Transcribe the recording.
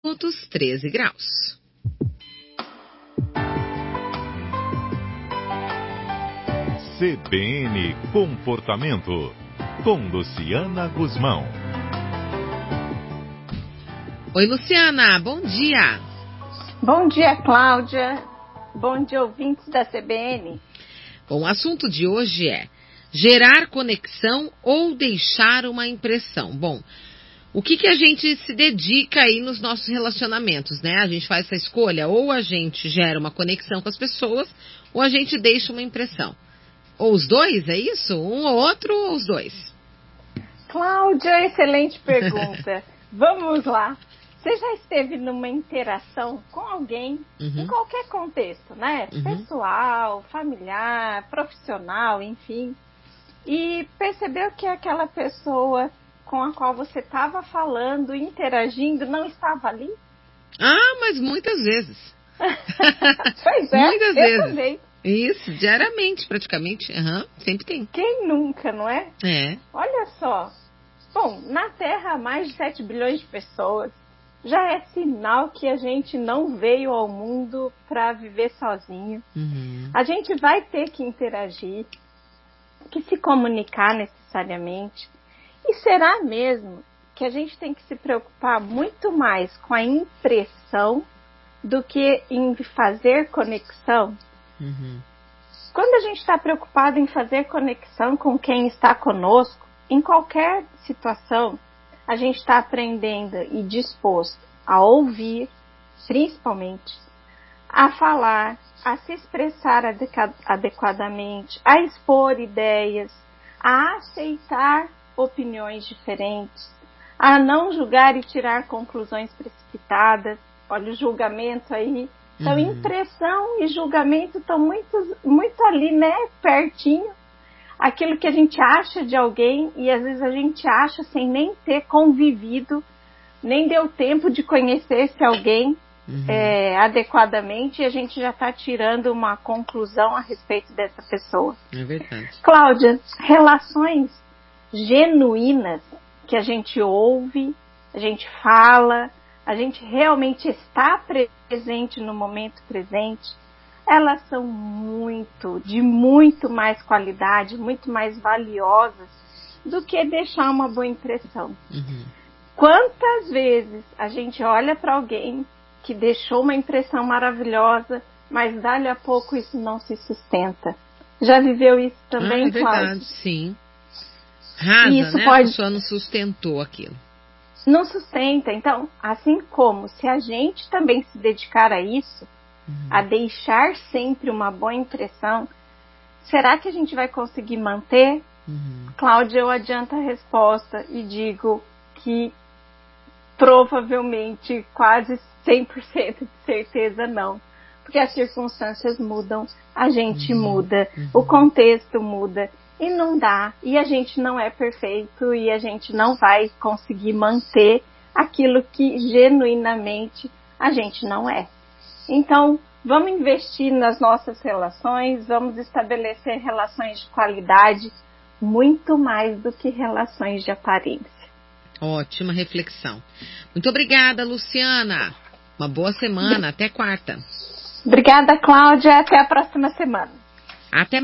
13 graus. CBN Comportamento, com Luciana Guzmão. Oi, Luciana, bom dia. Bom dia, Cláudia. Bom dia, ouvintes da CBN. Bom, o assunto de hoje é gerar conexão ou deixar uma impressão. Bom, o que a gente se dedica aí nos nossos relacionamentos, né? A gente faz essa escolha, ou a gente gera uma conexão com as pessoas, ou a gente deixa uma impressão. Ou os dois, é isso? Um ou outro, ou os dois? Cláudia, excelente pergunta. Vamos lá. Você já esteve numa interação com alguém, em qualquer contexto, né? Pessoal, familiar, profissional, enfim. E percebeu que aquela pessoa com a qual você estava falando, interagindo, não estava ali? Ah, mas muitas vezes. Pois é, muitas eu vezes. também. Isso, diariamente, praticamente. Sempre tem. Quem nunca, não é? É. Olha só. Bom, na Terra há mais de 7 bilhões de pessoas. Já é sinal que a gente não veio ao mundo para viver sozinho. A gente vai ter que interagir, que se comunicar necessariamente. E será mesmo que a gente tem que se preocupar muito mais com a impressão do que em fazer conexão? Quando a gente está preocupado em fazer conexão com quem está conosco, em qualquer situação, a gente está aprendendo e disposto a ouvir, principalmente, a falar, a se expressar adequadamente, a expor ideias, a aceitar opiniões diferentes, a não julgar e tirar conclusões precipitadas. Olha o julgamento aí. Então, impressão e julgamento estão muito ali, né, pertinho. Aquilo que a gente acha de alguém e às vezes a gente acha sem nem ter convivido, nem deu tempo de conhecer esse alguém adequadamente, e a gente já está tirando uma conclusão a respeito dessa pessoa. É verdade. Cláudia, relações genuínas que a gente ouve, a gente fala, a gente realmente está presente no momento presente, elas são de muito mais qualidade, muito mais valiosas do que deixar uma boa impressão. Quantas vezes a gente olha para alguém que deixou uma impressão maravilhosa, mas dali a pouco isso não se sustenta? Já viveu isso também, é verdade, Cláudia? sim. Rasa, isso né? Pode... A pessoa não sustentou aquilo. Não sustenta. Então, assim como se a gente também se dedicar a isso, a deixar sempre uma boa impressão, será que a gente vai conseguir manter? Cláudia, eu adianto a resposta e digo que provavelmente quase 100% de certeza não. Porque as circunstâncias mudam, a gente muda, o contexto muda e não dá. E a gente não é perfeito e a gente não vai conseguir manter aquilo que genuinamente a gente não é. Então, vamos investir nas nossas relações, vamos estabelecer relações de qualidade, muito mais do que relações de aparência. Ótima reflexão. Muito obrigada, Luciana. Uma boa semana. Até quarta. Obrigada, Cláudia. Até a próxima semana. Até